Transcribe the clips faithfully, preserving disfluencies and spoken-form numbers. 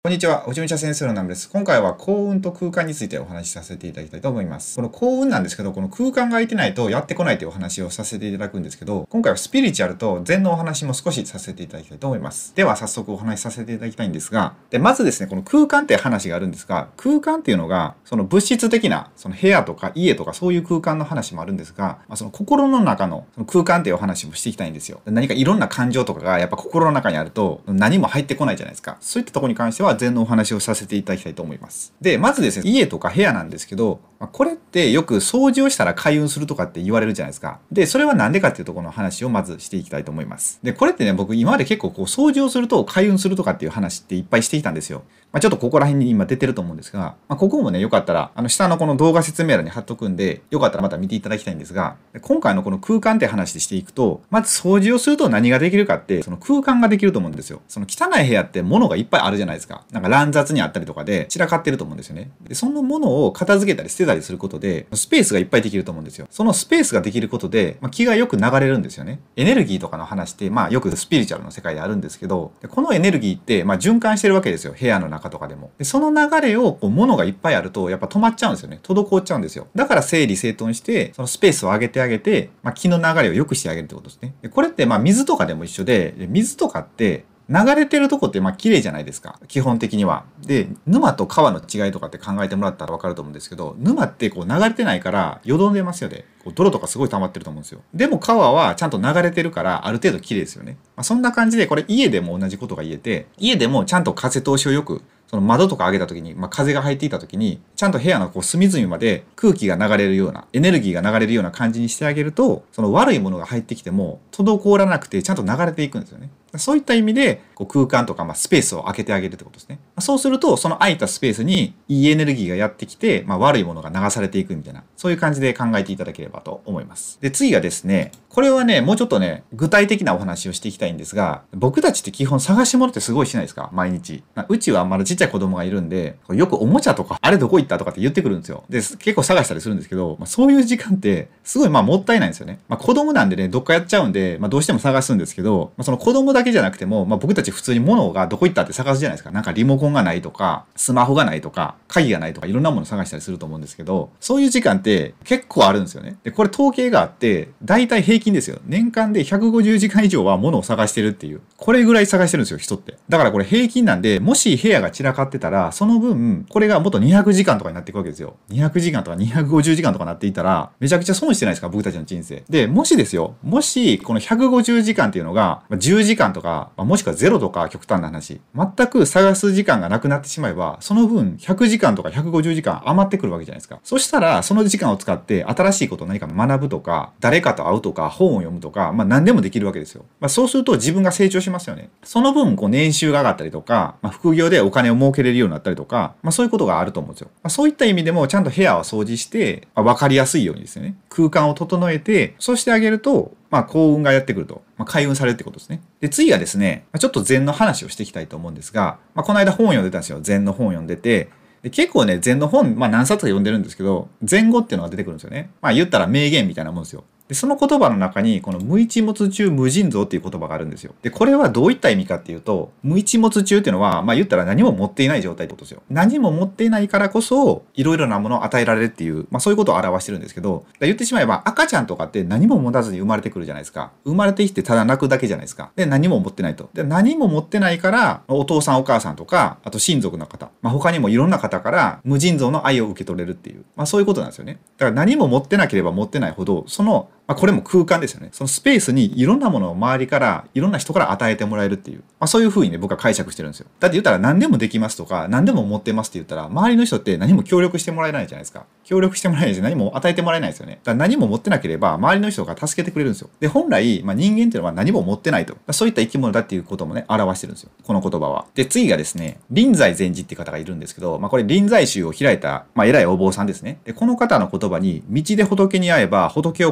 こんにちは。おちむちゃ先生のナムです。今回は幸運と空間についてお話しさせていただきたいと思います。この幸運なんですけど、この空間が空いてないとやってこないというお話をさせていただくんですけど、今回はスピリチュアルと禅のお話も少しさせていただきたいと思います。では早速お話しさせていただきたいんですが、でまずですね、この空間って話があるんですが、空間っていうのが、その物質的な、その部屋とか家とかそういう空間の話もあるんですが、まあ、その心の中のその空間っていうお話もしていきたいんですよ。何かいろんな感情とかがやっぱ心の中にあると何も入ってこないじゃないですか。そういったところに関しては禅のお話をさせていただきたいと思います。で、まずですね、家とか部屋なんですけど、これってよく掃除をしたら開運するとかって言われるじゃないですか。で、それはなんでかっていうところの話をまずしていきたいと思います。で、これってね、僕今まで結構こう掃除をすると開運するとかっていう話っていっぱいしてきたんですよ。まあ、ちょっとここら辺に今出てると思うんですが、まあ、ここもね、よかったら、あの下のこの動画説明欄に貼っとくんで、よかったらまた見ていただきたいんですが、今回のこの空間って話でしていくと、まず掃除をすると何ができるかって、その空間ができると思うんですよ。その汚い部屋って物がいっぱいあるじゃないですか。なんか乱雑にあったりとかで散らかってると思うんですよね。で、そのものを片付けたり捨てたりすることで、スペースがいっぱいできると思うんですよ。そのスペースができることで、まあ、気がよく流れるんですよね。エネルギーとかの話って、まあよくスピリチュアルの世界であるんですけど、このエネルギーって、まあ循環してるわけですよ。部屋の中とかでも。でその流れを、こう、物がいっぱいあると、やっぱ止まっちゃうんですよね。滞っちゃうんですよ。だから整理整頓して、そのスペースを上げてあげて、まあ気の流れを良くしてあげるってことですね。でこれって、まあ水とかでも一緒で、水とかって、流れてるとこってまあ綺麗じゃないですか。基本的には。で、沼と川の違いとかって考えてもらったらわかると思うんですけど、沼ってこう流れてないからよどんでますよね。こう泥とかすごい溜まってると思うんですよ。でも川はちゃんと流れてるからある程度綺麗ですよね。まあ、そんな感じでこれ家でも同じことが言えて、家でもちゃんと風通しをよく、その窓とか上げた時に、まあ、風が入っていた時に、ちゃんと部屋のこう隅々まで空気が流れるような、エネルギーが流れるような感じにしてあげると、その悪いものが入ってきても滞らなくてちゃんと流れていくんですよね。そういった意味でこう空間とかまあスペースを空けてあげるってことですね。そうするとその空いたスペースにいいエネルギーがやってきて、まあ、悪いものが流されていくみたいな、そういう感じで考えていただければと思います。で、次がですね、これはね、もうちょっとね、具体的なお話をしていきたいんですが、僕たちって基本探し物ってすごいしないですか？毎日。うちはまだちっちゃい子供がいるんで、よくおもちゃとか、あれどこ行ったとかって言ってくるんですよ。で、結構探したりするんですけど、まあ、そういう時間ってすごいまあもったいないんですよね。まあ子供なんでね、どっかやっちゃうんで、まあどうしても探すんですけど、まあ、その子供だけじゃなくても、まあ僕たち普通に物がどこ行ったって探すじゃないですか。なんかリモコンがないとか、スマホがないとか、鍵がないとか、いろんなもの探したりすると思うんですけど、そういう時間って結構あるんですよね。で、これ統計があって、だいたい平均ですよ。年間でひゃくごじゅうじかん以上は物を探してるっていう。これぐらい探してるんですよ、人って。だからこれ平均なんで、もし部屋が散らかってたら、その分、これがもっとにひゃくじかんとかになっていくわけですよ。にひゃくじかんとかにひゃくごじゅうじかんとかなっていたら、めちゃくちゃ損してないですか、僕たちの人生。で、もしですよ、もし、このひゃくごじゅうじかんっていうのが、じゅうじかんとか、もしくはゼロとか極端な話、全く探す時間がなくなってしまえば、その分、ひゃくじかんとかひゃくごじゅうじかん余ってくるわけじゃないですか。そしたら、その時間を使って、新しいことを何か学ぶとか、誰かと会うとか、本を読むとか、まあ何でもできるわけですよ。まあそうすると自分が成長しますよね。その分、こう年収が上がったりとか、まあ副業でお金を儲けれるようになったりとか、まあそういうことがあると思うんですよ。まあそういった意味でも、ちゃんと部屋を掃除して、まあ、分かりやすいようにですね、空間を整えて、そうしてあげると、まあ幸運がやってくると。まあ開運されるってことですね。で、次はですね、ちょっと禅の話をしていきたいと思うんですが、まあこの間本を読んでたんですよ。禅の本を読んでて、で結構ね、禅の本、まあ何冊か読んでるんですけど、禅語っていうのが出てくるんですよね。まあ言ったら名言みたいなもんですよ。で、その言葉の中に、この無一物中無尽蔵っていう言葉があるんですよ。で、これはどういった意味かっていうと、無一物中っていうのは、まあ言ったら何も持っていない状態ってことですよ。何も持っていないからこそ、いろいろなものを与えられるっていう、まあそういうことを表してるんですけど、言ってしまえば赤ちゃんとかって何も持たずに生まれてくるじゃないですか。生まれてきてただ泣くだけじゃないですか。で、何も持ってないと。で、何も持ってないから、お父さんお母さんとか、あと親族の方、まあ他にもいろんな方から無尽蔵の愛を受け取れるっていう、まあそういうことなんですよね。だから何も持ってなければ持ってないほど、そのまあ、これも空間ですよね。そのスペースにいろんなものを周りから、いろんな人から与えてもらえるっていう。まあ、そういう風にね、僕は解釈してるんですよ。だって言ったら何でもできますとか、何でも持ってますって言ったら、周りの人って何も協力してもらえないじゃないですか。協力してもらえないし、何も与えてもらえないですよね。だから何も持ってなければ、周りの人が助けてくれるんですよ。で、本来、まあ、人間っていうのは何も持ってないと。そういった生き物だっていうこともね、表してるんですよ。この言葉は。で、次がですね、臨済禅師っていう方がいるんですけど、まあ、これ臨済宗を開いた、まあ、偉いお坊さんですね。で、この方の言葉に、道で仏に会えば仏を殺せっていう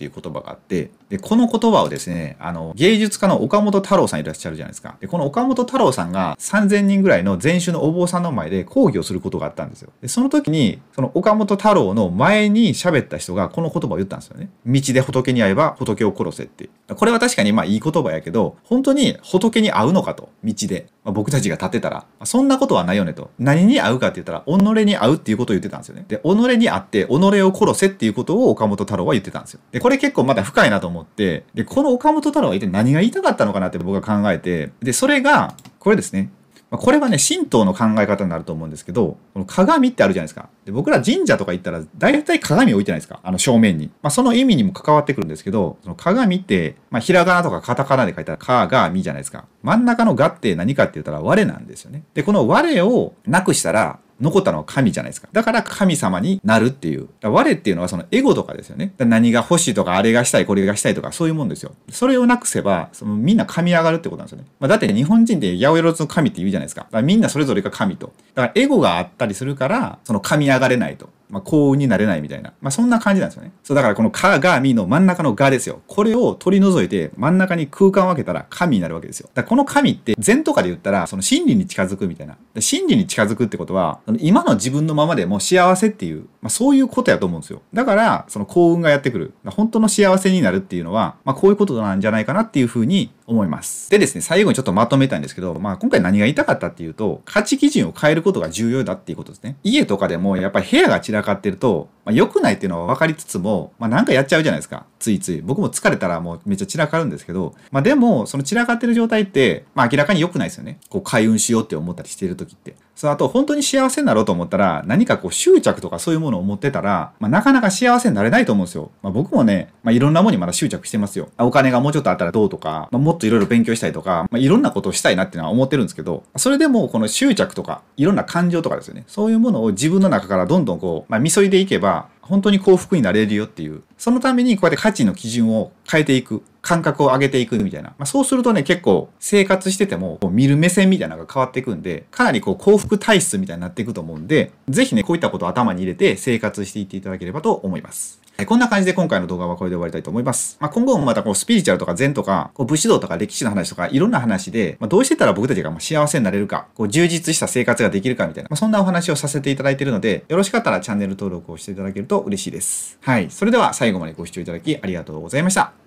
っていう言葉があって、で、この言葉をですね、あの、芸術家の岡本太郎さんいらっしゃるじゃないですか。で、この岡本太郎さんがさんぜんにんぐらいの禅宗のお坊さんの前で講義をすることがあったんですよ。で、その時に、その岡本太郎の前に喋った人がこの言葉を言ったんですよね。道で仏に会えば仏を殺せって。これは確かにまあいい言葉やけど、本当に仏に会うのかと、道で。まあ、僕たちが立ってたら、そんなことはないよねと。何に会うかって言ったら、己に会うっていうことを言ってたんですよね。で、己に会って、己を殺せっていうことを岡本太郎は言ってたんですよ。で、これ結構まだ深いなと思って、で、この岡本太郎は一体何が言いたかったのかなって僕は考えて、で、それが、これですね。これはね、神道の考え方になると思うんですけど、この鏡ってあるじゃないですか。で、僕ら神社とか行ったら、大体鏡置いてないですか、あの正面に。まあ、その意味にも関わってくるんですけど、その鏡って、まあ、ひらがなとかカタカナで書いたら、かがみじゃないですか。真ん中のがって何かって言ったら、我なんですよね。で、この我をなくしたら、残ったのは神じゃないですか。だから神様になるっていう。我っていうのはそのエゴとかですよね。何が欲しいとか、あれがしたい、これがしたいとか、そういうもんですよ。それをなくせば、そのみんな神上がるってことなんですよね。まあ、だって日本人って八百万の神って言うじゃないですか。だからみんなそれぞれが神と。だからエゴがあったりするから、その神上がれないと。まあ、幸運になれないみたいな。まあ、そんな感じなんですよね。そう、だからこのかがみの真ん中のがですよ。これを取り除いて真ん中に空間を分けたら神になるわけですよ。だからこの神って禅とかで言ったら、その真理に近づくみたいな。真理に近づくってことは、今の自分のままでも幸せっていう、まあ、そういうことやと思うんですよ。だから、その幸運がやってくる。本当の幸せになるっていうのは、まあ、こういうことなんじゃないかなっていうふうに思います。でですね、最後にちょっとまとめたいんですけど、まあ、今回何が言いたかったっていうと、価値基準を変えることが重要だっていうことですね。家とかでもやっぱり部屋が散らかってると、まあ、良くないっていうのは分かりつつも、まあ、なんかやっちゃうじゃないですか。ついつい。僕も疲れたらもうめっちゃ散らかるんですけど、まあ、でも、その散らかってる状態って、まあ、明らかに良くないですよね。こう、開運しようって思ったりしている時って。そう、あと、本当に幸せになろうと思ったら、何かこう、執着とかそういうものを持ってたら、まあ、なかなか幸せになれないと思うんですよ。まあ、僕もね、まあ、いろんなものにまだ執着してますよ。お金がもうちょっとあったらどうとか、まあ、もっといろいろ勉強したいとか、まあ、いろんなことをしたいなっていうのは思ってるんですけど、それでもこの執着とか、いろんな感情とかですよね。そういうものを自分の中からどんどんこう、まあ、みそいでいけば、本当に幸福になれるよっていう。そのためにこうやって価値の基準を変えていく。感覚を上げていくみたいな。まあ、そうするとね、結構生活しててもこう見る目線みたいなのが変わっていくんで、かなりこう幸福体質みたいになっていくと思うんで、ぜひね、こういったことを頭に入れて生活していっていただければと思います。はい、こんな感じで今回の動画はこれで終わりたいと思います。まあ、今後もまたこうスピリチュアルとか禅とか、こう武士道とか歴史の話とかいろんな話で、まあ、どうしてたら僕たちがまあ幸せになれるか、こう充実した生活ができるかみたいな、まあ、そんなお話をさせていただいているので、よろしかったらチャンネル登録をしていただけると嬉しいです。はい。それでは最後までご視聴いただきありがとうございました。